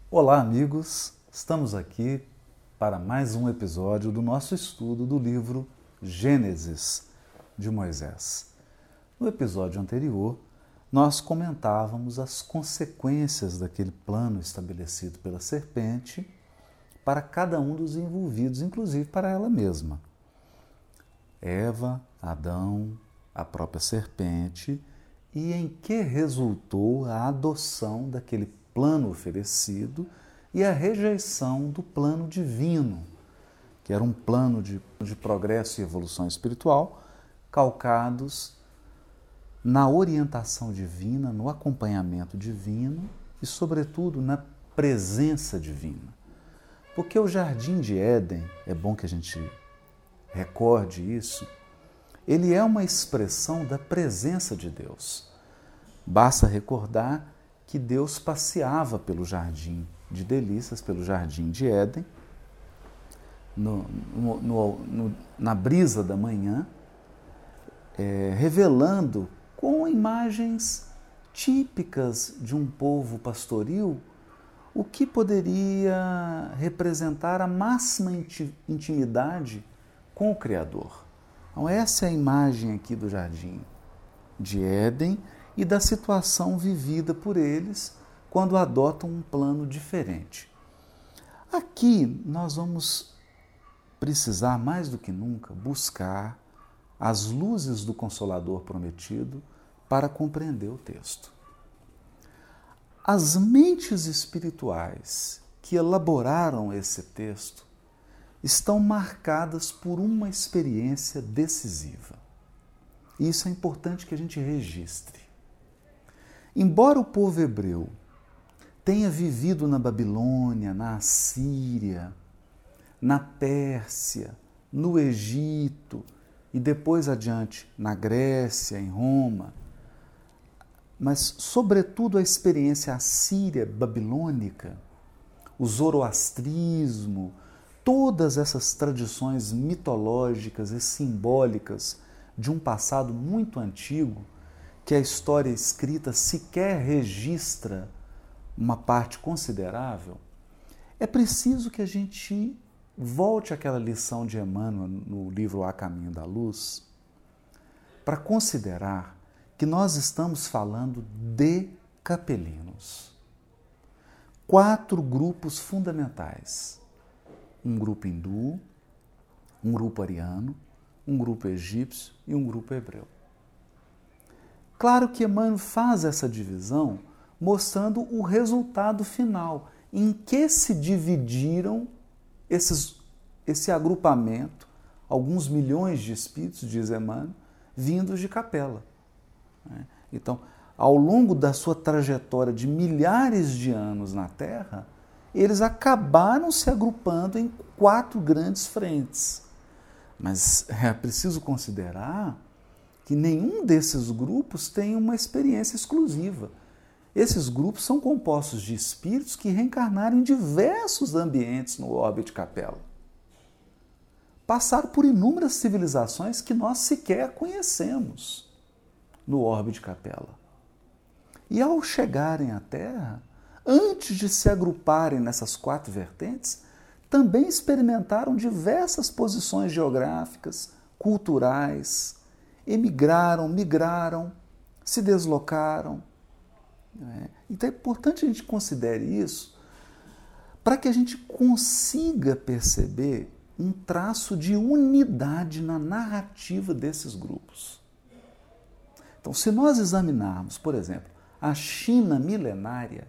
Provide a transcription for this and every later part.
Olá, amigos! Estamos aqui para mais um episódio do nosso estudo do livro Gênesis de Moisés. No episódio anterior, nós comentávamos as consequências daquele plano estabelecido pela serpente para cada um dos envolvidos, inclusive para ela mesma. Eva, Adão, a própria serpente, e em que resultou a adoção daquele plano oferecido e a rejeição do plano divino, que era um plano de progresso e evolução espiritual, calcados na orientação divina, no acompanhamento divino e, sobretudo, na presença divina. Porque o Jardim de Éden, é bom que a gente recorde isso, ele é uma expressão da presença de Deus. Basta recordar que Deus passeava pelo jardim de delícias, pelo jardim de Éden, na brisa da manhã, revelando com imagens típicas de um povo pastoril o que poderia representar a máxima intimidade com o Criador. Então, essa é a imagem aqui do jardim de Éden e da situação vivida por eles quando adotam um plano diferente. Aqui nós vamos precisar, mais do que nunca, buscar as luzes do Consolador prometido para compreender o texto. As mentes espirituais que elaboraram esse texto estão marcadas por uma experiência decisiva. E isso é importante que a gente registre. Embora o povo hebreu tenha vivido na Babilônia, na Assíria, na Pérsia, no Egito e depois adiante na Grécia, em Roma, mas sobretudo a experiência assíria babilônica, o zoroastrismo, todas essas tradições mitológicas e simbólicas de um passado muito antigo, que a história escrita sequer registra uma parte considerável, é preciso que a gente volte àquela lição de Emmanuel no livro A Caminho da Luz, para considerar que nós estamos falando de capelinos. 4 grupos fundamentais. Um grupo hindu, um grupo ariano, um grupo egípcio e um grupo hebreu. Claro que Emmanuel faz essa divisão mostrando o resultado final, em que se dividiram esse agrupamento, alguns milhões de espíritos, diz Emmanuel, vindos de Capela. Então, ao longo da sua trajetória de milhares de anos na Terra, eles acabaram se agrupando em 4 grandes frentes. Mas é preciso considerar que nenhum desses grupos tem uma experiência exclusiva. Esses grupos são compostos de espíritos que reencarnaram em diversos ambientes no orbe de Capela. Passaram por inúmeras civilizações que nós sequer conhecemos no orbe de Capela. E ao chegarem à Terra, antes de se agruparem nessas 4 vertentes, também experimentaram diversas posições geográficas, culturais, emigraram, migraram, se deslocaram. Então é importante a gente considerar isso para que a gente consiga perceber um traço de unidade na narrativa desses grupos. Então, se nós examinarmos, por exemplo, a China milenária,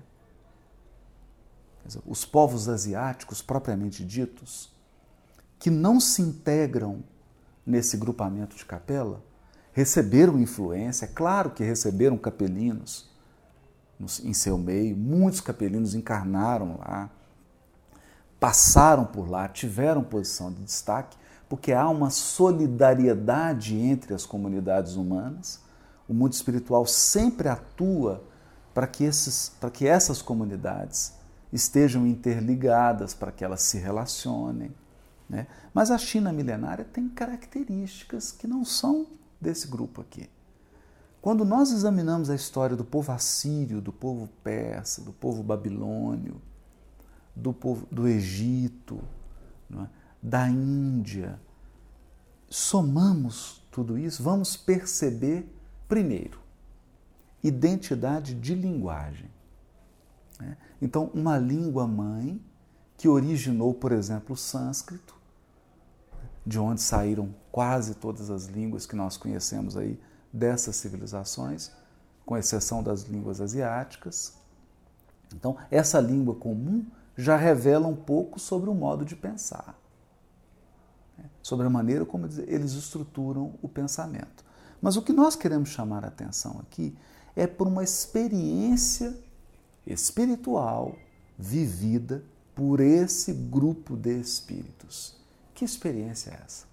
os povos asiáticos propriamente ditos, que não se integram nesse grupamento de Capela, receberam influência, é claro que receberam capelinos em seu meio, muitos capelinos encarnaram lá, passaram por lá, tiveram posição de destaque, porque há uma solidariedade entre as comunidades humanas. O mundo espiritual sempre atua para que essas comunidades estejam interligadas, para que elas se relacionem. Mas a China milenária tem características que não são desse grupo aqui. Quando nós examinamos a história do povo assírio, do povo persa, do povo babilônio, do povo do Egito, não é? Da Índia. Somamos tudo isso, vamos perceber, primeiro, identidade de linguagem. Né? Então, uma língua mãe que originou, por exemplo, o sânscrito, de onde saíram quase todas as línguas que nós conhecemos aí dessas civilizações, com exceção das línguas asiáticas. Então, essa língua comum já revela um pouco sobre o modo de pensar, sobre a maneira como eles estruturam o pensamento. Mas o que nós queremos chamar a atenção aqui é por uma experiência espiritual vivida por esse grupo de espíritos. Que experiência é essa?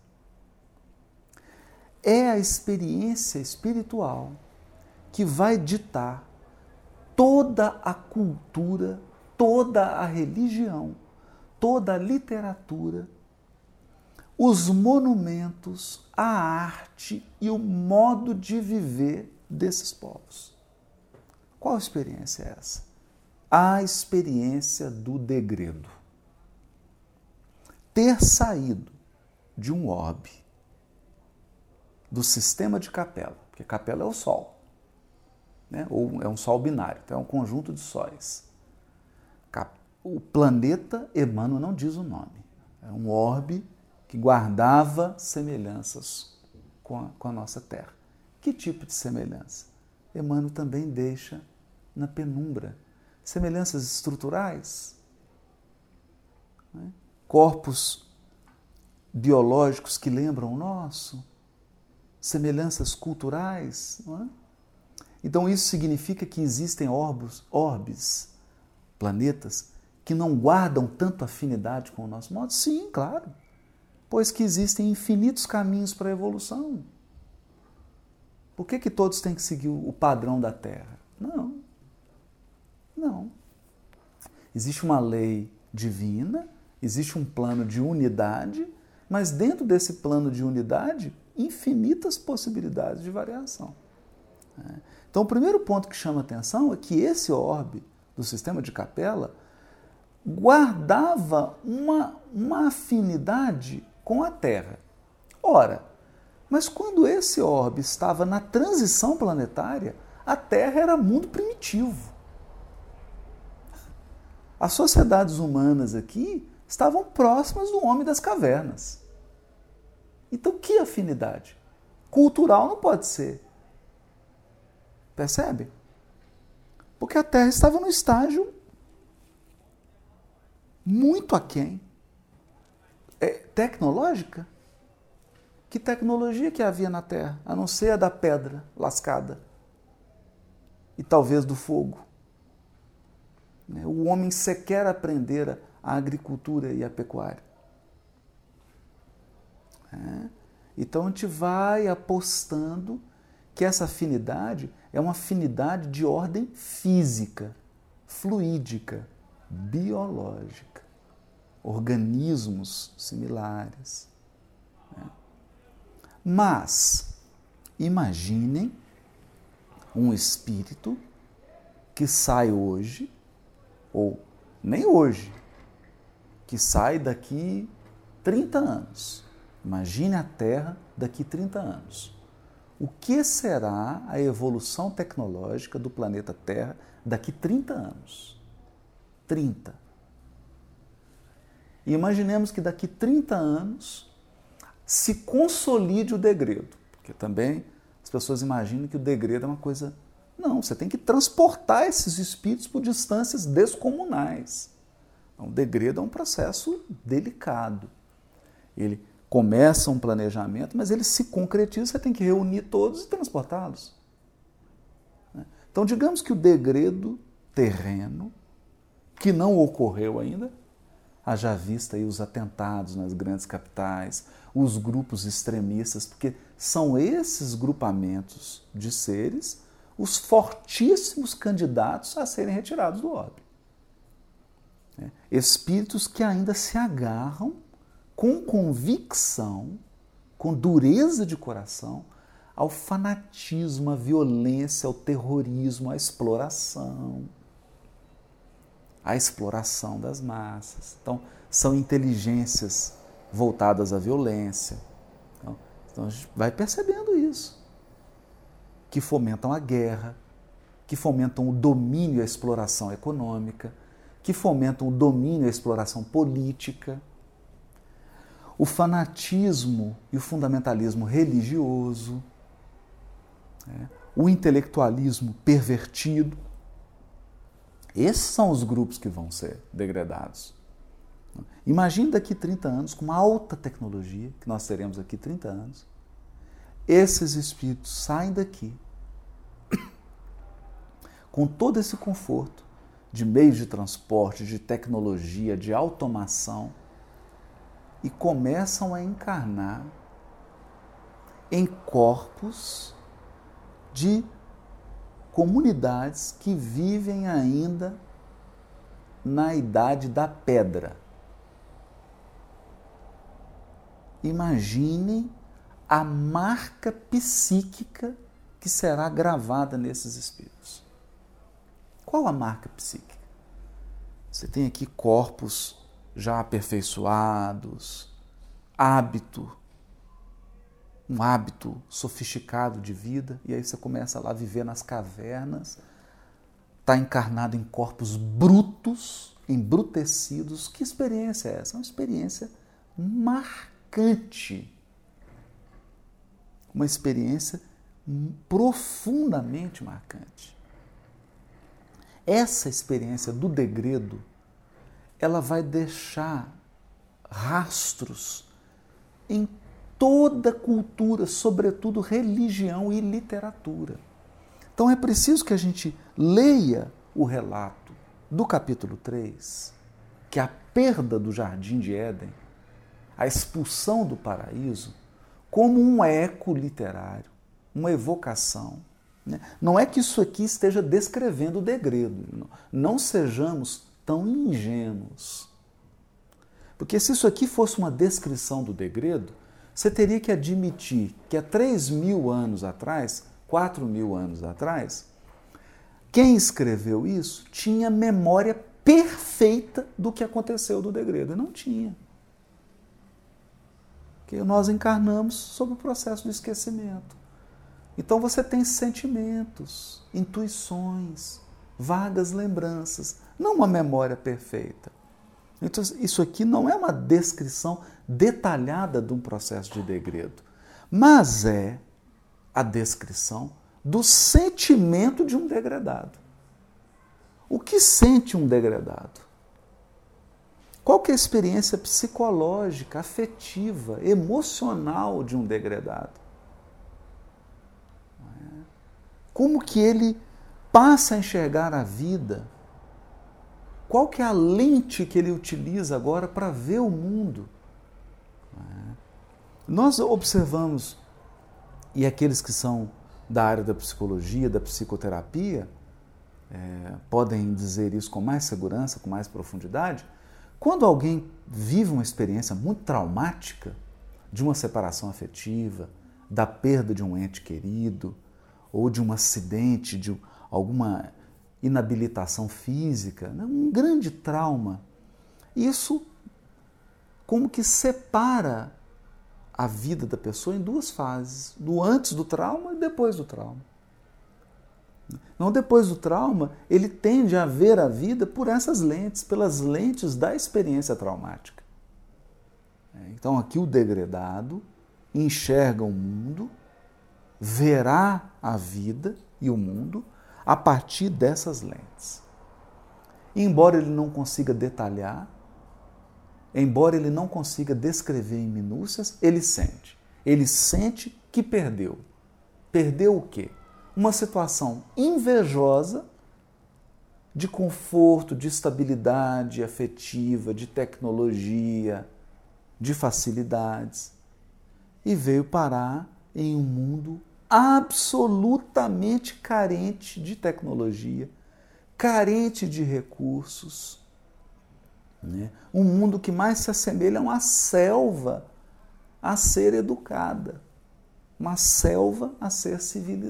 É a experiência espiritual que vai ditar toda a cultura, toda a religião, toda a literatura, os monumentos, a arte e o modo de viver desses povos. Qual experiência é essa? A experiência do degredo. Ter saído de um orbe, do sistema de Capela, porque Capela é o Sol, né? Ou é um Sol binário, então é um conjunto de sóis. O planeta, Emmanuel não diz o nome, é um orbe que guardava semelhanças com a nossa Terra. Que tipo de semelhança? Emmanuel também deixa na penumbra. Semelhanças estruturais, né? Corpos biológicos que lembram o nosso, semelhanças culturais. Não é? Então isso significa que existem orbes, planetas, que não guardam tanto afinidade com o nosso modo? Sim, claro. Pois que existem infinitos caminhos para a evolução. Por que todos têm que seguir o padrão da Terra? Não. Não. Existe uma lei divina, existe um plano de unidade, mas dentro desse plano de unidade, infinitas possibilidades de variação. Então, o primeiro ponto que chama atenção é que esse orbe do sistema de Capela guardava uma afinidade com a Terra. Ora, mas quando esse orbe estava na transição planetária, a Terra era mundo primitivo. As sociedades humanas aqui estavam próximas do homem das cavernas. Então, que afinidade? Cultural não pode ser. Percebe? Porque a Terra estava num estágio muito aquém. Tecnológica? Que tecnologia que havia na Terra, a não ser a da pedra lascada e talvez do fogo? O homem sequer aprendera a agricultura e a pecuária. Então a gente vai apostando que essa afinidade é uma afinidade de ordem física, fluídica, biológica, organismos similares. Mas imaginem um espírito que sai hoje, ou nem hoje, que sai daqui 30 anos. Imagine a Terra daqui 30 anos. O que será a evolução tecnológica do planeta Terra daqui 30 anos? 30. E imaginemos que daqui 30 anos se consolide o degredo. Porque também as pessoas imaginam que o degredo é uma coisa... Não, você tem que transportar esses espíritos por distâncias descomunais. Então, o degredo é um processo delicado. Ele começa um planejamento, mas ele se concretiza, você tem que reunir todos e transportá-los. Então, digamos que o degredo terreno, que não ocorreu ainda, haja vista aí os atentados nas grandes capitais, os grupos extremistas, porque são esses grupamentos de seres os fortíssimos candidatos a serem retirados do orbe. Espíritos que ainda se agarram com convicção, com dureza de coração, ao fanatismo, à violência, ao terrorismo, à exploração. a exploração das massas. Então, são inteligências voltadas à violência. Então a gente vai percebendo isso, que fomentam a guerra, que fomentam o domínio e a exploração econômica, que fomentam o domínio e a exploração política, o fanatismo e o fundamentalismo religioso, o intelectualismo pervertido. Esses são os grupos que vão ser degradados. Imagine daqui 30 anos, com uma alta tecnologia, que nós teremos aqui 30 anos, esses espíritos saem daqui com todo esse conforto de meios de transporte, de tecnologia, de automação, e começam a encarnar em corpos de comunidades que vivem ainda na idade da pedra. Imaginem a marca psíquica que será gravada nesses espíritos. Qual a marca psíquica? Você tem aqui corpos já aperfeiçoados, um hábito sofisticado de vida, e aí você começa lá a viver nas cavernas, está encarnado em corpos brutos, embrutecidos. Que experiência é essa? É uma experiência marcante, uma experiência profundamente marcante. Essa experiência do degredo, ela vai deixar rastros em toda cultura, sobretudo religião e literatura. Então é preciso que a gente leia o relato do capítulo 3, que é a perda do Jardim de Éden, a expulsão do paraíso, como um eco literário, uma evocação. Não é que isso aqui esteja descrevendo o degredo. Não sejamos tão ingênuos. Porque se isso aqui fosse uma descrição do degredo, você teria que admitir que há 3.000 anos atrás, 4.000 anos atrás, quem escreveu isso tinha memória perfeita do que aconteceu do degredo. E não tinha. Porque nós encarnamos sob o processo do esquecimento. Então você tem sentimentos, intuições, vagas lembranças, não uma memória perfeita. Então isso aqui não é uma descrição detalhada de um processo de degredo, mas é a descrição do sentimento de um degradado. O que sente um degradado? Qual que é a experiência psicológica, afetiva, emocional de um degradado? Como que ele passa a enxergar a vida? Qual que é a lente que ele utiliza agora para ver o mundo? Nós observamos, e aqueles que são da área da psicologia, da psicoterapia, podem dizer isso com mais segurança, com mais profundidade, quando alguém vive uma experiência muito traumática, de uma separação afetiva, da perda de um ente querido, ou de um acidente, de alguma inabilitação física, um grande trauma, isso como que separa a vida da pessoa em duas fases, do antes do trauma e depois do trauma. Não, depois do trauma, ele tende a ver a vida por essas lentes, pelas lentes da experiência traumática. Então aqui o degradado enxerga o mundo, verá a vida e o mundo a partir dessas lentes. Embora ele não consiga detalhar, embora ele não consiga descrever em minúcias, ele sente. Ele sente que perdeu. Perdeu o quê? Uma situação invejosa de conforto, de estabilidade afetiva, de tecnologia, de facilidades, e veio parar em um mundo absolutamente carente de tecnologia, carente de recursos, um mundo que mais se assemelha a uma selva a ser educada, uma selva a ser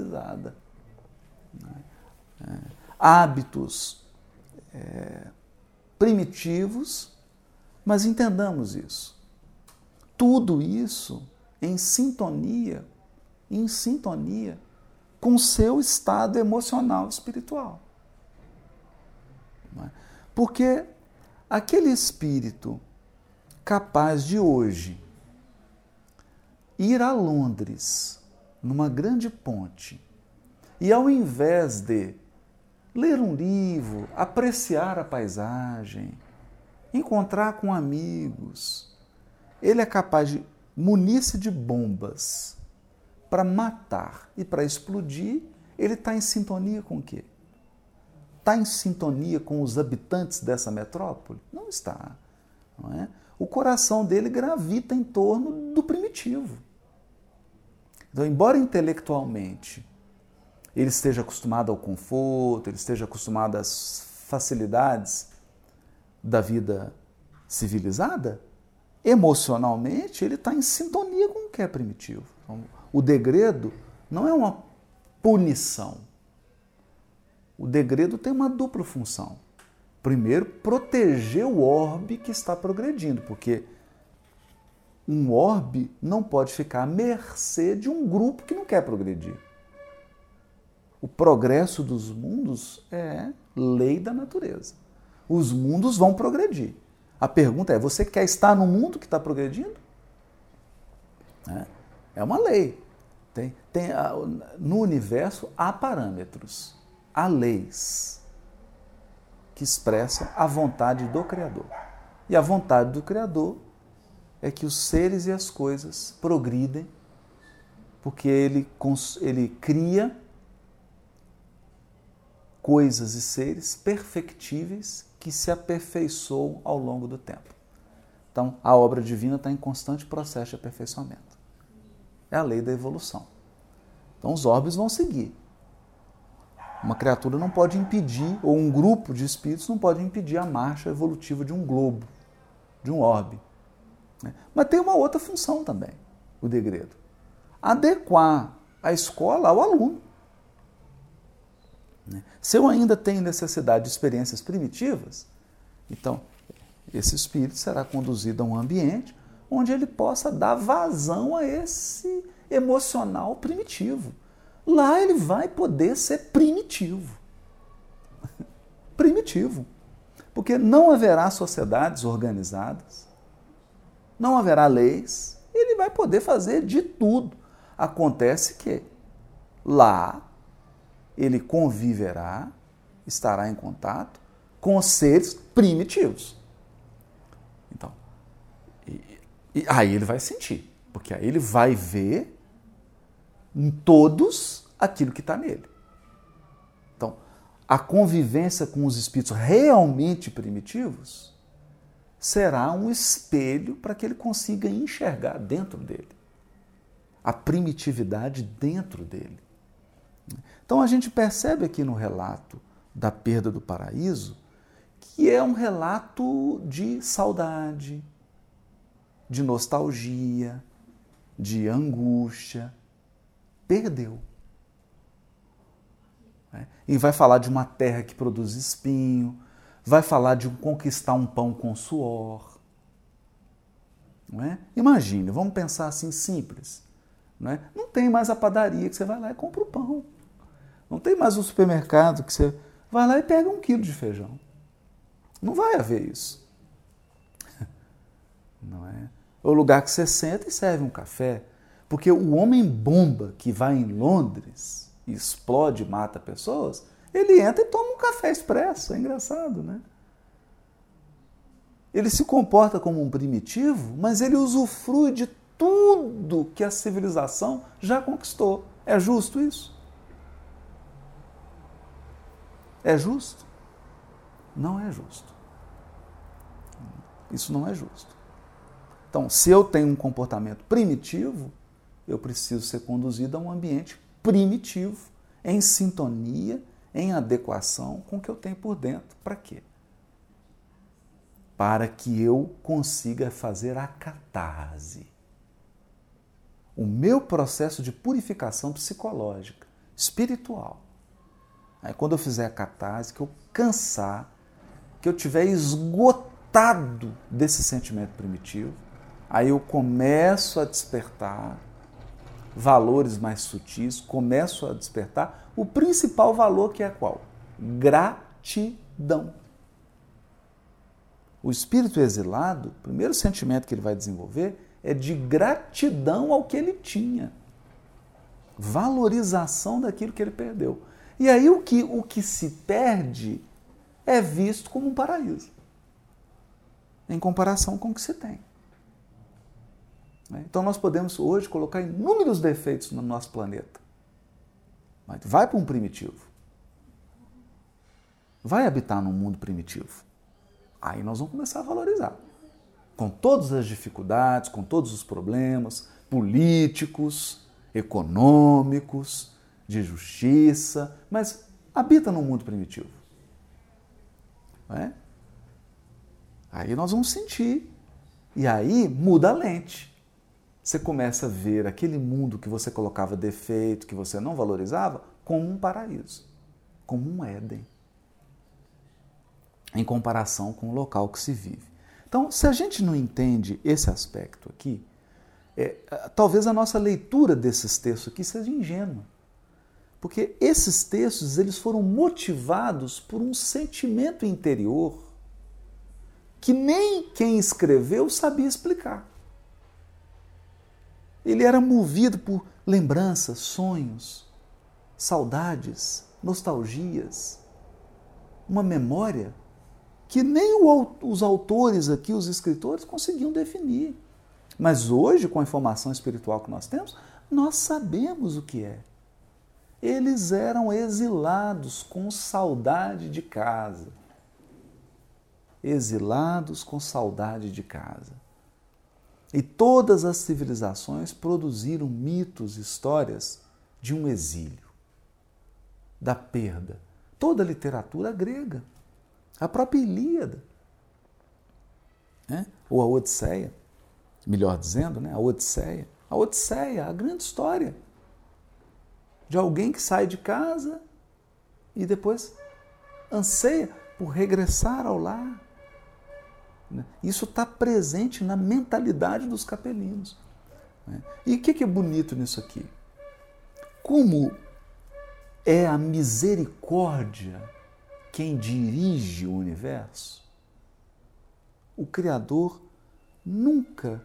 civilizada. Hábitos primitivos, mas entendamos isso. Tudo isso em sintonia com o seu estado emocional e espiritual. Porque aquele espírito capaz de hoje ir a Londres, numa grande ponte, e ao invés de ler um livro, apreciar a paisagem, encontrar com amigos, ele é capaz de munir-se de bombas para matar e para explodir. Ele está em sintonia com o quê? Está em sintonia com os habitantes dessa metrópole? Não está. Não é? O coração dele gravita em torno do primitivo. Então, embora intelectualmente ele esteja acostumado ao conforto, ele esteja acostumado às facilidades da vida civilizada, emocionalmente ele está em sintonia com o que é primitivo. Então, o degredo não é uma punição. O degredo tem uma dupla função. Primeiro, proteger o orbe que está progredindo, porque um orbe não pode ficar à mercê de um grupo que não quer progredir. O progresso dos mundos é lei da natureza. Os mundos vão progredir. A pergunta é, você quer estar no mundo que está progredindo? É uma lei. No universo há parâmetros, há leis que expressam a vontade do Criador. E a vontade do Criador é que os seres e as coisas progridem, porque ele cria coisas e seres perfectíveis que se aperfeiçoam ao longo do tempo. Então, a obra divina está em constante processo de aperfeiçoamento. É a lei da evolução. Então, os orbes vão seguir. Uma criatura não pode impedir, ou um grupo de espíritos não pode impedir a marcha evolutiva de um globo, de um orbe. Mas tem uma outra função também, o degredo. Adequar a escola ao aluno. Se eu ainda tenho necessidade de experiências primitivas, então esse espírito será conduzido a um ambiente onde ele possa dar vazão a esse emocional primitivo. Lá ele vai poder ser primitivo. Primitivo. Porque não haverá sociedades organizadas, não haverá leis, ele vai poder fazer de tudo. Acontece que lá ele conviverá, estará em contato com seres primitivos. Então, aí ele vai sentir, porque aí ele vai ver em todos aquilo que está nele. Então, a convivência com os espíritos realmente primitivos será um espelho para que ele consiga enxergar dentro dele a primitividade dentro dele. Então a gente percebe aqui no relato da perda do paraíso que é um relato de saudade, de nostalgia, de angústia. Perdeu. E vai falar de uma terra que produz espinho, vai falar de conquistar um pão com suor. Não é? Imagine, vamos pensar assim simples. Não é? Não tem mais a padaria que você vai lá e compra o pão. Não tem mais o supermercado que você vai lá e pega 1 quilo de feijão. Não vai haver isso. Não é? É o lugar que você senta e serve um café. Porque o homem-bomba que vai em Londres e explode e mata pessoas, ele entra e toma um café expresso. É engraçado, né? Ele se comporta como um primitivo, mas ele usufrui de tudo que a civilização já conquistou. É justo isso? É justo? Não é justo. Isso não é justo. Então, se eu tenho um comportamento primitivo, eu preciso ser conduzido a um ambiente primitivo, em sintonia, em adequação com o que eu tenho por dentro. Para quê? Para que eu consiga fazer a catarse. O meu processo de purificação psicológica, espiritual. Aí quando eu fizer a catarse, que eu cansar, que eu tiver esgotado desse sentimento primitivo, aí eu começo a despertar valores mais sutis, começo a despertar o principal valor, que é qual? Gratidão. O espírito exilado, o primeiro sentimento que ele vai desenvolver é de gratidão ao que ele tinha. Valorização daquilo que ele perdeu. E aí o que se perde é visto como um paraíso, em comparação com o que se tem. Então nós podemos hoje colocar inúmeros defeitos no nosso planeta. Mas vai para um primitivo. Vai habitar num mundo primitivo. Aí nós vamos começar a valorizar. Com todas as dificuldades, com todos os problemas políticos, econômicos, de justiça, mas habita num mundo primitivo. Não é? Aí nós vamos sentir. E aí muda a lente. Você começa a ver aquele mundo que você colocava defeito, que você não valorizava, como um paraíso, como um Éden, em comparação com o local que se vive. Então, se a gente não entende esse aspecto aqui, talvez a nossa leitura desses textos aqui seja ingênua. Porque esses textos eles foram motivados por um sentimento interior que nem quem escreveu sabia explicar. Ele era movido por lembranças, sonhos, saudades, nostalgias, uma memória que nem os autores aqui, os escritores, conseguiam definir. Mas hoje, com a informação espiritual que nós temos, nós sabemos o que é. Eles eram exilados com saudade de casa. Exilados com saudade de casa. E todas as civilizações produziram mitos, histórias de um exílio, da perda. Toda a literatura grega, a própria Ilíada, né? Ou a Odisseia, melhor dizendo, né? A Odisseia, a grande história de alguém que sai de casa e depois anseia por regressar ao lar. Isso está presente na mentalidade dos capelinos. E o que é bonito nisso aqui? Como é a misericórdia quem dirige o universo, o Criador nunca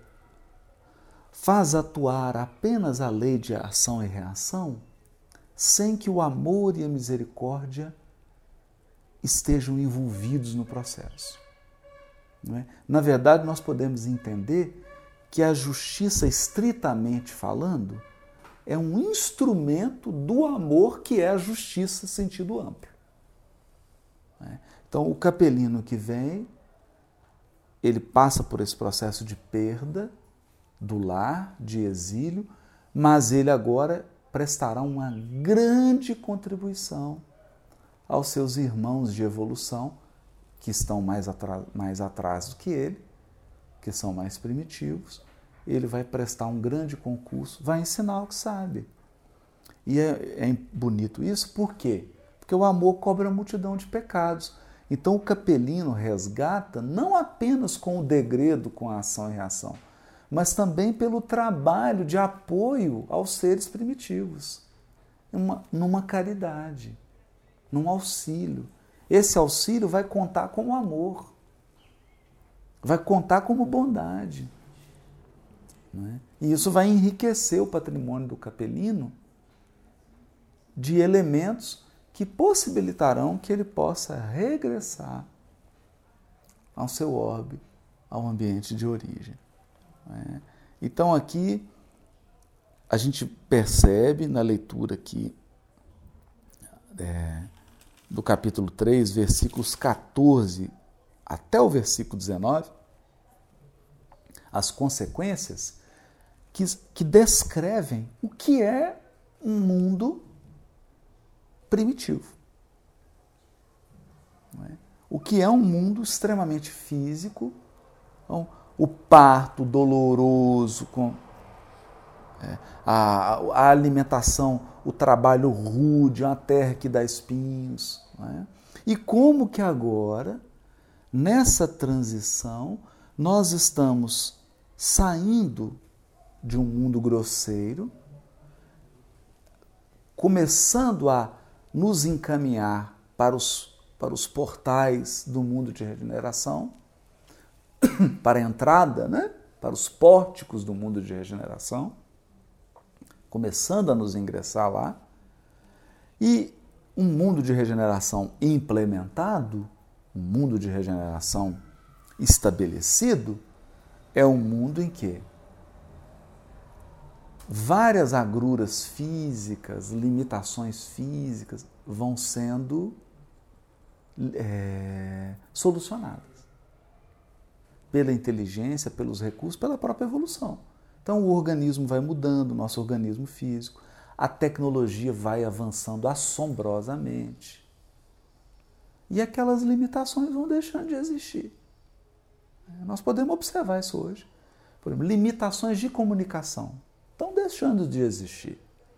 faz atuar apenas a lei de ação e reação sem que o amor e a misericórdia estejam envolvidos no processo. Não é? Na verdade, nós podemos entender que a justiça, estritamente falando, é um instrumento do amor que é a justiça sentido amplo. Então, o capelino que vem, ele passa por esse processo de perda do lar, de exílio, mas ele agora prestará uma grande contribuição aos seus irmãos de evolução, que estão mais atrás do que ele, que são mais primitivos. Ele vai prestar um grande concurso, vai ensinar o que sabe. E é bonito isso, por quê? Porque o amor cobre a multidão de pecados. Então o capelino resgata não apenas com o degredo, com a ação e reação, mas também pelo trabalho de apoio aos seres primitivos, numa caridade, num auxílio. Esse auxílio vai contar como amor, vai contar como bondade. Não é? E isso vai enriquecer o patrimônio do capelino de elementos que possibilitarão que ele possa regressar ao seu orbe, ao ambiente de origem. Não é? Então aqui a gente percebe na leitura aqui do capítulo 3, versículos 14 até o versículo 19, as consequências que descrevem o que é um mundo primitivo. Não é? O que é um mundo extremamente físico, então, o parto doloroso, com a alimentação, o trabalho rude, uma terra que dá espinhos. Não é? E como que agora nessa transição, nós estamos saindo de um mundo grosseiro, começando a nos encaminhar para os portais do mundo de regeneração, para a entrada, né? Para os pórticos do mundo de regeneração, começando a nos ingressar lá. E um mundo de regeneração implementado, um mundo de regeneração estabelecido, é um mundo em que várias agruras físicas, limitações físicas vão sendo solucionadas pela inteligência, pelos recursos, pela própria evolução. Então o organismo vai mudando, o nosso organismo físico, a tecnologia vai avançando assombrosamente e aquelas limitações vão deixando de existir. Nós podemos observar isso hoje. Por exemplo, limitações de comunicação estão deixando de existir.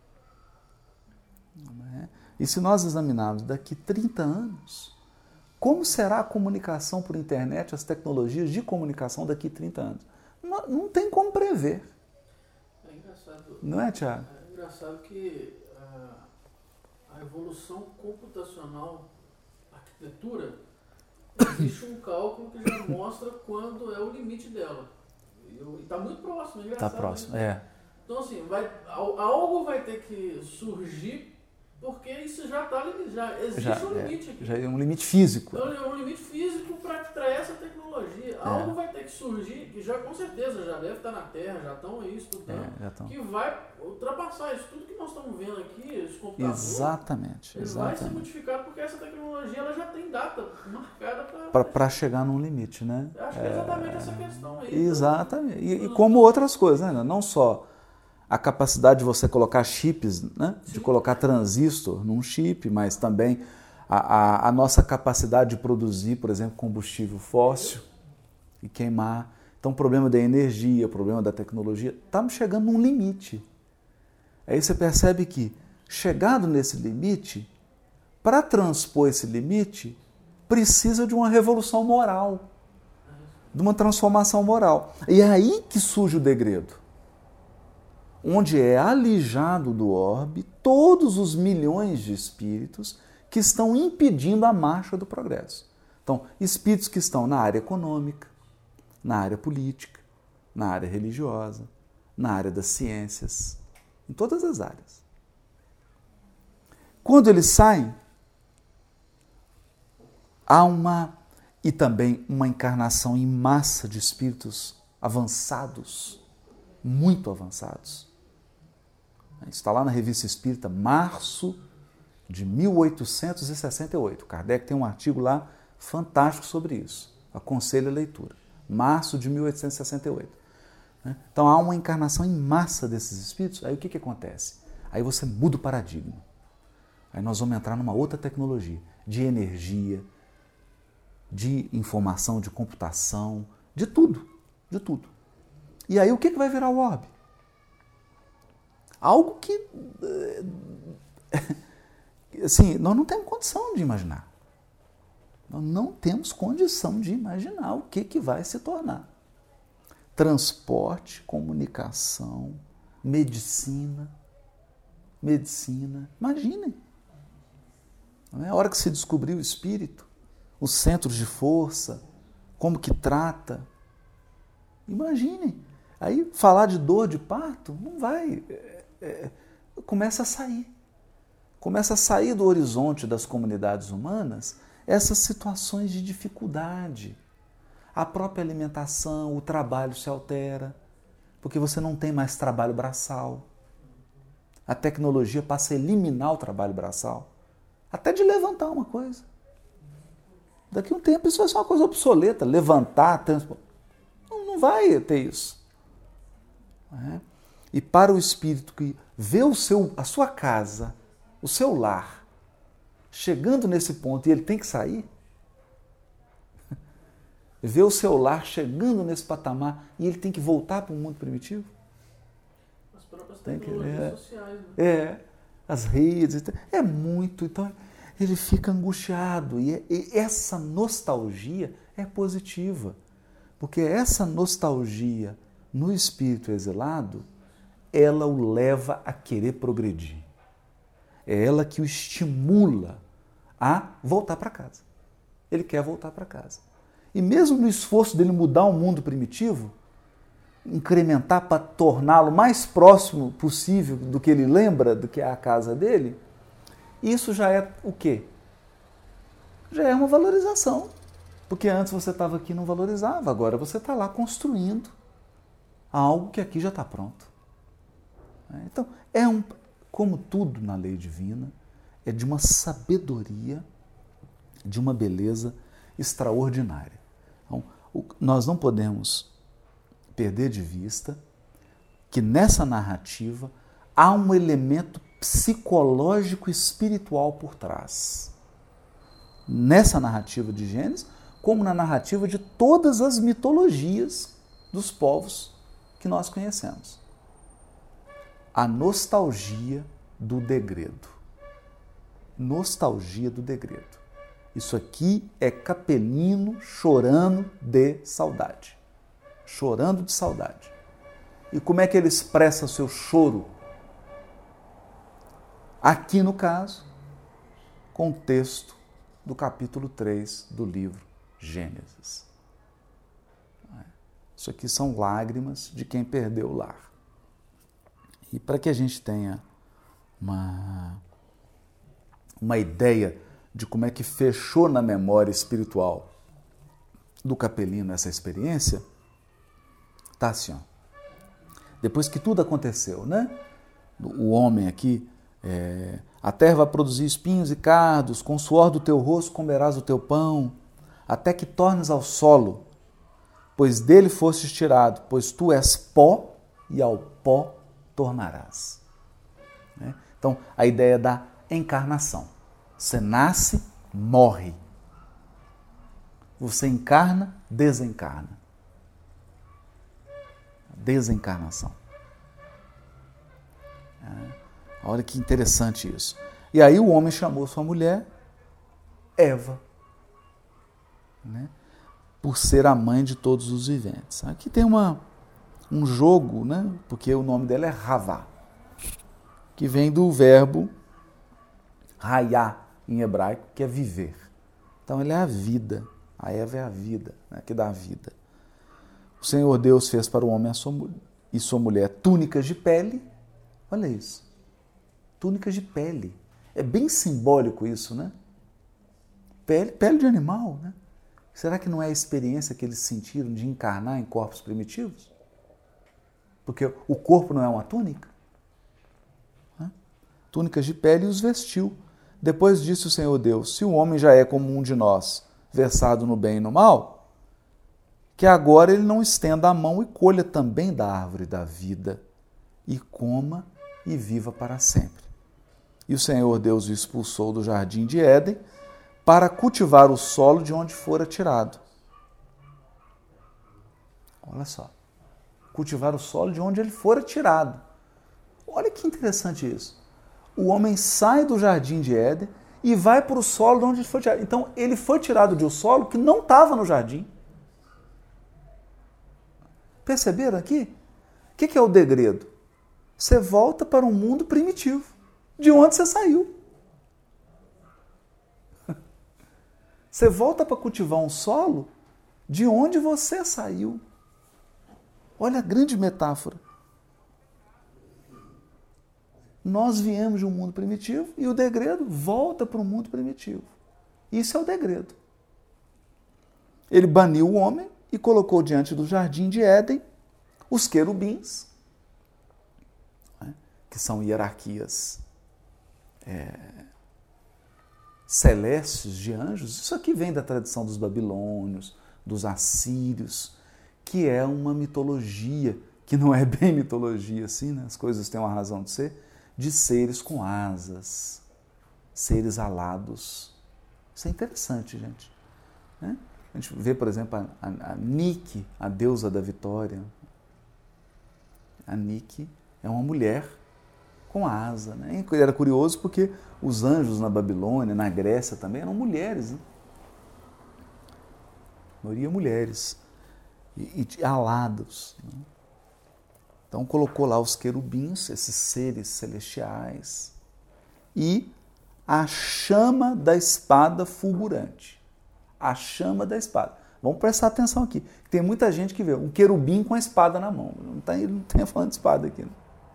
E se nós examinarmos daqui 30 anos, como será a comunicação por internet, as tecnologias de comunicação daqui 30 anos? Não tem como prever. É engraçado. Não é, Tiago? É engraçado que a evolução computacional, a arquitetura, existe um cálculo que já mostra quando é o limite dela. E está muito próximo, é engraçado. Está próximo, Então, assim, algo vai ter que surgir, porque isso já está limitado, já existe um limite aqui. Já é um limite físico. Então, é um limite físico para essa tecnologia. Algo vai ter que surgir, que já com certeza já deve estar na Terra, já estão aí estudando, que vai ultrapassar isso tudo que nós estamos vendo aqui, esse computador. Exatamente. Vai ser modificado porque essa tecnologia ela já tem data marcada para chegar num limite, né? Acho que é exatamente essa questão aí. Exatamente. E como outras coisas, né? Não só a capacidade de você colocar chips, né? De colocar transistor num chip, mas também a nossa capacidade de produzir, por exemplo, combustível fóssil e queimar. Então, o problema da energia, o problema da tecnologia, estamos chegando num limite. Aí você percebe que, chegado nesse limite, para transpor esse limite, precisa de uma revolução moral, de uma transformação moral. E é aí que surge o degredo, onde é alijado do orbe todos os milhões de espíritos que estão impedindo a marcha do progresso. Então, espíritos que estão na área econômica, na área política, na área religiosa, na área das ciências, em todas as áreas. Quando eles saem, há e também uma encarnação em massa de espíritos avançados, muito avançados. Está lá na Revista Espírita, março de 1868. Kardec tem um artigo lá fantástico sobre isso. Aconselho a leitura. Março de 1868. Então há uma encarnação em massa desses espíritos. Aí o que acontece? Aí você muda o paradigma. Aí nós vamos entrar numa outra tecnologia de energia, de informação, de computação, de tudo. De tudo. E aí o que vai virar o orbe? Algo que, assim, nós não temos condição de imaginar. Nós não temos condição de imaginar o que vai se tornar. Transporte, comunicação, medicina. Imaginem. Não é? A hora que se descobriu o espírito, os centros de força, como que trata. Imaginem. Aí falar de dor de parto não vai... começa a sair do horizonte das comunidades humanas essas situações de dificuldade. A própria alimentação, o trabalho se altera, porque você não tem mais trabalho braçal. A tecnologia passa a eliminar o trabalho braçal, até de levantar uma coisa. Daqui a um tempo isso vai ser uma coisa obsoleta, levantar, transportar. Não vai ter isso. E para o espírito que vê a sua casa, o seu lar, chegando nesse ponto e ele tem que sair, vê o seu lar chegando nesse patamar e ele tem que voltar para o mundo primitivo. As próprias tecnologias sociais. Né? As redes, muito. Então ele fica angustiado e essa nostalgia é positiva, porque essa nostalgia no espírito exilado, ela o leva a querer progredir. É ela que o estimula a voltar para casa. Ele quer voltar para casa. E mesmo no esforço dele mudar o mundo primitivo, incrementar para torná-lo mais próximo possível do que ele lembra, do que é a casa dele, isso já é o quê? Já é uma valorização. Porque antes você estava aqui e não valorizava, agora você está lá construindo algo que aqui já está pronto. Então, como tudo na lei divina, é de uma sabedoria, de uma beleza extraordinária. Então, nós não podemos perder de vista que nessa narrativa há um elemento psicológico e espiritual por trás. Nessa narrativa de Gênesis, como na narrativa de todas as mitologias dos povos que nós conhecemos. A nostalgia do degredo. Nostalgia do degredo. Isso aqui é Capelino chorando de saudade. Chorando de saudade. E como é que ele expressa o seu choro? Aqui, no caso, com o texto do capítulo 3 do livro Gênesis. Isso aqui são lágrimas de quem perdeu o lar. E para que a gente tenha uma ideia de como é que fechou na memória espiritual do Capelino essa experiência, tá assim, ó. Depois que tudo aconteceu, né? O homem aqui, a terra vai produzir espinhos e cardos, com o suor do teu rosto comerás o teu pão, até que tornes ao solo, pois dele fostes tirado, pois tu és pó e ao pó tornarás. Então, a ideia da encarnação. Você nasce, morre. Você encarna, desencarna. Desencarnação. Olha que interessante isso. E aí o homem chamou sua mulher Eva, né? Por ser a mãe de todos os viventes. Aqui tem um jogo, né? Porque o nome dela é Havá, que vem do verbo Hayá em hebraico, que é viver. Então ele é a vida. A Eva é a vida, né? Que dá a vida. O Senhor Deus fez para o homem e sua mulher túnicas de pele. Olha isso. Túnicas de pele. É bem simbólico isso, né? Pele de animal, né? Será que não é a experiência que eles sentiram de encarnar em corpos primitivos? Porque o corpo não é uma túnica? Túnicas de pele e os vestiu. Depois disse o Senhor Deus, se o homem já é como um de nós, versado no bem e no mal, que agora ele não estenda a mão e colha também da árvore da vida, e coma e viva para sempre. E o Senhor Deus o expulsou do jardim de Éden para cultivar o solo de onde fora tirado. Olha só. Cultivar o solo de onde ele fora tirado. Olha que interessante isso. O homem sai do jardim de Éden e vai para o solo de onde ele foi tirado. Então, ele foi tirado de um solo que não estava no jardim. Perceberam aqui? O que é o degredo? Você volta para um mundo primitivo, de onde você saiu. Você volta para cultivar um solo de onde você saiu. Olha a grande metáfora. Nós viemos de um mundo primitivo e o degredo volta para o mundo primitivo. Isso é o degredo. Ele baniu o homem e colocou diante do jardim de Éden os querubins, né, que são hierarquias celestes de anjos. Isso aqui vem da tradição dos babilônios, dos assírios, que é uma mitologia, que não é bem mitologia assim, né? As coisas têm uma razão de ser, de seres com asas, seres alados. Isso é interessante, gente. Né? A gente vê, por exemplo, a Nike, a deusa da vitória. A Nike é uma mulher com asa. Né? E era curioso porque os anjos na Babilônia, na Grécia também, eram mulheres. Né? maioria mulheres, e alados. Né? Então colocou lá os querubins, esses seres celestiais, e a chama da espada fulgurante. A chama da espada. Vamos prestar atenção aqui. Tem muita gente que vê um querubim com a espada na mão. Ele não está falando de espada aqui. Não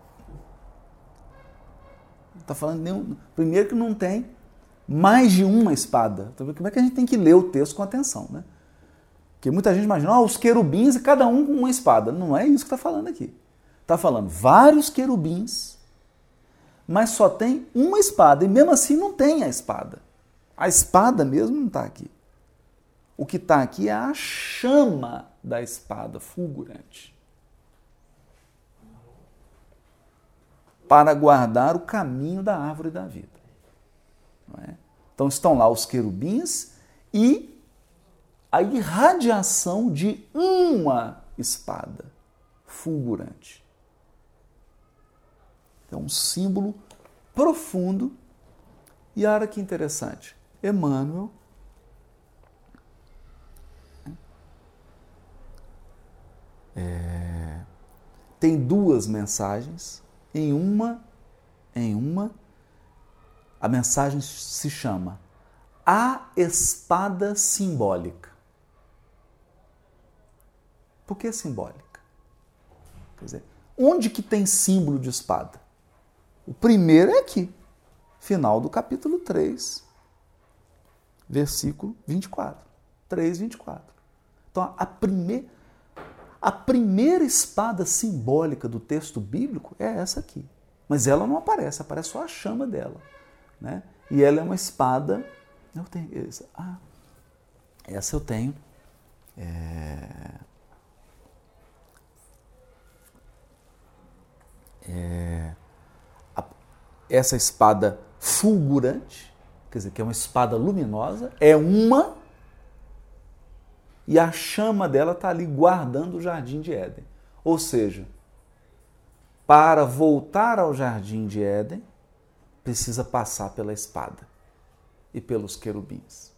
está falando nenhum. Primeiro que não tem mais de uma espada. Então, como é que a gente tem que ler o texto com atenção, né? Porque muita gente imagina, os querubins e cada um com uma espada. Não é isso que está falando aqui. Está falando vários querubins, mas só tem uma espada. E mesmo assim não tem a espada. A espada mesmo não está aqui. O que está aqui é a chama da espada fulgurante. Para guardar o caminho da árvore da vida. Não é? Então estão lá os querubins e a irradiação de uma espada fulgurante. É um símbolo profundo. E olha que interessante. Emmanuel tem duas mensagens. Em uma, a mensagem se chama A Espada Simbólica. Por que simbólica? Quer dizer, onde que tem símbolo de espada? O primeiro é aqui, final do capítulo 3, versículo 24. 3, 24. Então, a primeira espada simbólica do texto bíblico é essa aqui. Mas ela não aparece, aparece só a chama dela. Né? E ela é uma espada... essa eu tenho. Essa espada fulgurante, quer dizer, que é uma espada luminosa, é uma... E a chama dela está ali guardando o Jardim de Éden. Ou seja, para voltar ao Jardim de Éden, precisa passar pela espada e pelos querubins.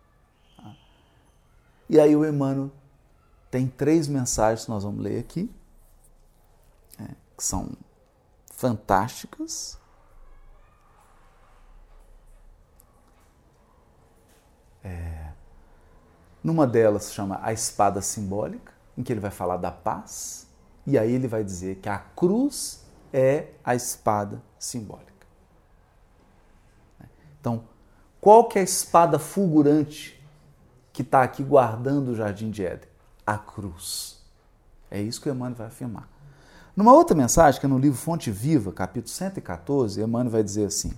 E aí o Emmanuel tem 3 mensagens que nós vamos ler aqui, que são fantásticas. Numa delas se chama A Espada Simbólica, em que ele vai falar da paz, e aí ele vai dizer que a cruz é a espada simbólica. Então, qual que é a espada fulgurante que está aqui guardando o Jardim de Éden? A cruz. É isso que o Emmanuel vai afirmar. Numa outra mensagem, que é no livro Fonte Viva, capítulo 114, Emmanuel vai dizer assim: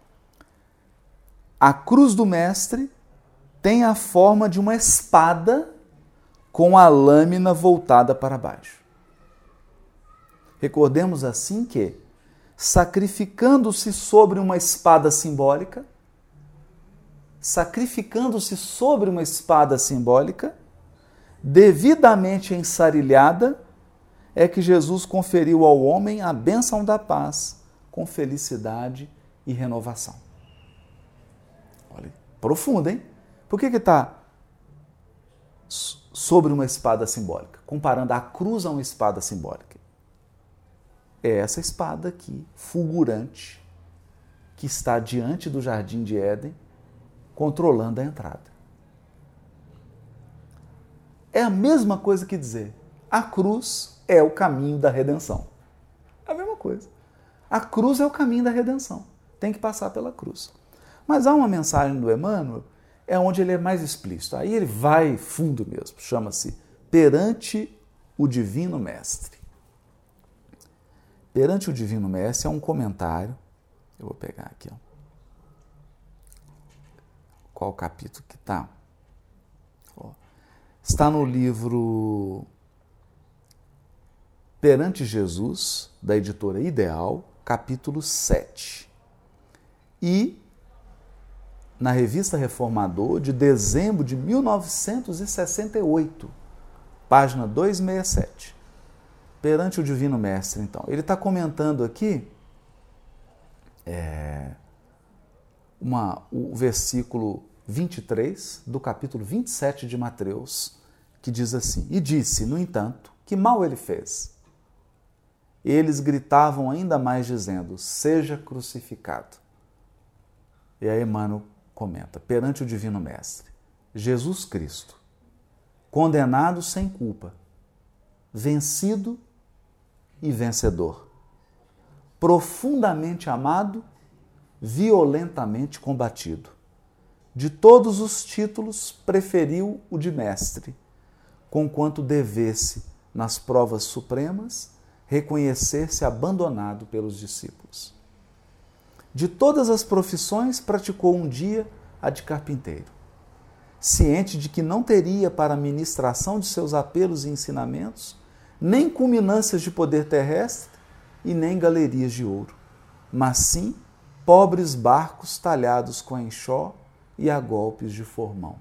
a cruz do Mestre tem a forma de uma espada com a lâmina voltada para baixo. Recordemos assim que, sacrificando-se sobre uma espada simbólica, devidamente ensarilhada, é que Jesus conferiu ao homem a bênção da paz com felicidade e renovação. Olha, profundo, hein? Por que está sobre uma espada simbólica? Comparando a cruz a uma espada simbólica. É essa espada aqui, fulgurante, que está diante do Jardim de Éden, controlando a entrada. É a mesma coisa que dizer, a cruz é o caminho da redenção. É a mesma coisa. A cruz é o caminho da redenção. Tem que passar pela cruz. Mas há uma mensagem do Emmanuel, é onde ele é mais explícito. Aí ele vai fundo mesmo. Chama-se Perante o Divino Mestre. Perante o Divino Mestre é um comentário. Eu vou pegar aqui. Qual capítulo que está? Está no livro Perante Jesus, da editora Ideal, capítulo 7. E na Revista Reformador, de dezembro de 1968, página 267. Perante o Divino Mestre, então. Ele está comentando aqui o versículo 23 do capítulo 27 de Mateus, que diz assim: E disse, no entanto, que mal ele fez. Eles gritavam ainda mais, dizendo: Seja crucificado. E aí Emmanuel comenta: perante o Divino Mestre, Jesus Cristo, condenado sem culpa, vencido e vencedor, profundamente amado, violentamente combatido. De todos os títulos, preferiu o de mestre, conquanto devesse, nas provas supremas, reconhecer-se abandonado pelos discípulos. De todas as profissões, praticou um dia a de carpinteiro, ciente de que não teria para a ministração de seus apelos e ensinamentos nem culminâncias de poder terrestre e nem galerias de ouro, mas sim pobres barcos talhados com enxó e a golpes de formão.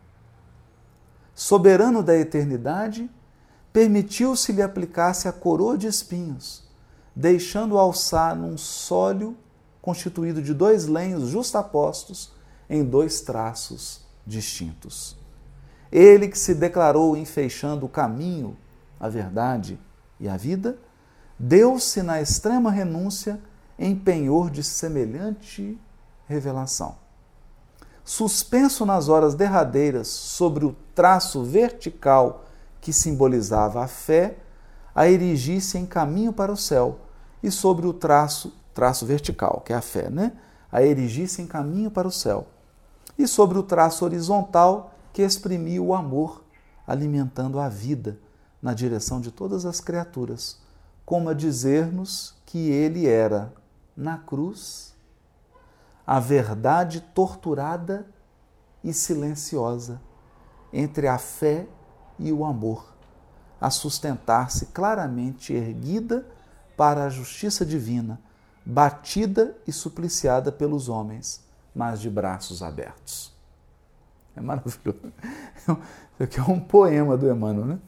Soberano da eternidade, permitiu-se lhe aplicasse a coroa de espinhos, deixando-o alçar num sólio constituído de 2 lenhos justapostos em 2 traços distintos. Ele que se declarou enfeixando o caminho, a verdade e a vida, deu-se na extrema renúncia em penhor de semelhante revelação. Suspenso nas horas derradeiras sobre o traço vertical que simbolizava a fé, a erigisse em caminho para o céu, e sobre o traço vertical, que é a fé, a erigisse em caminho para o céu, e sobre o traço horizontal que exprimia o amor, alimentando a vida na direção de todas as criaturas, como a dizer-nos que ele era, na cruz, a verdade torturada e silenciosa entre a fé e o amor, a sustentar-se claramente erguida para a justiça divina, batida e supliciada pelos homens, mas de braços abertos. É maravilhoso. Isso aqui é um poema do Emmanuel,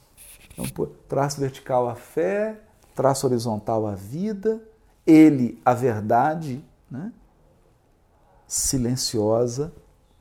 traço vertical a fé, traço horizontal a vida, ele a verdade, silenciosa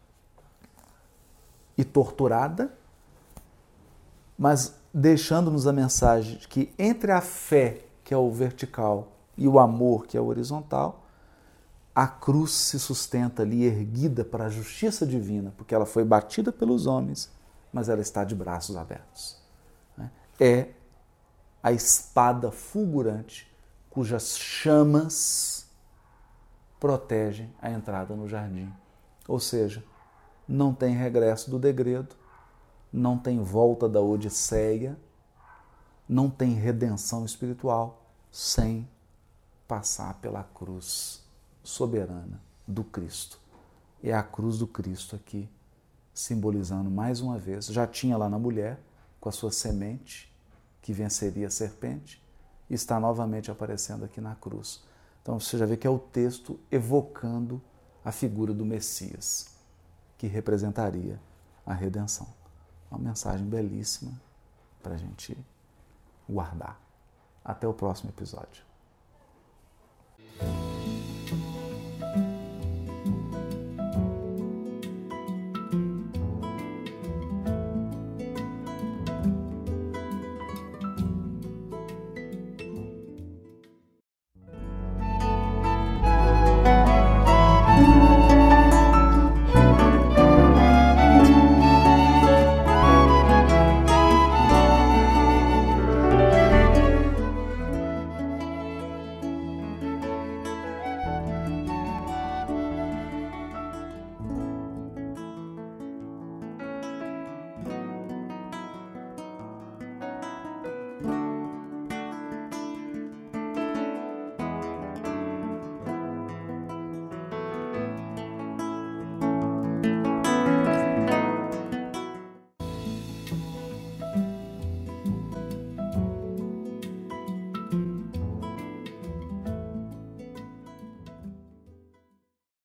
e torturada, mas deixando-nos a mensagem de que entre a fé, que é o vertical, e o amor, que é o horizontal, a cruz se sustenta ali erguida para a justiça divina, porque ela foi batida pelos homens, mas ela está de braços abertos. É a espada fulgurante cujas chamas protegem a entrada no jardim. Ou seja, não tem regresso do degredo, não tem volta da odisseia, não tem redenção espiritual sem passar pela cruz soberana do Cristo. É a cruz do Cristo aqui, simbolizando mais uma vez, já tinha lá na mulher, com a sua semente, que venceria a serpente, e está novamente aparecendo aqui na cruz. Então você já vê que é o texto evocando a figura do Messias, que representaria a redenção. Uma mensagem belíssima para a gente guardar. Até o próximo episódio.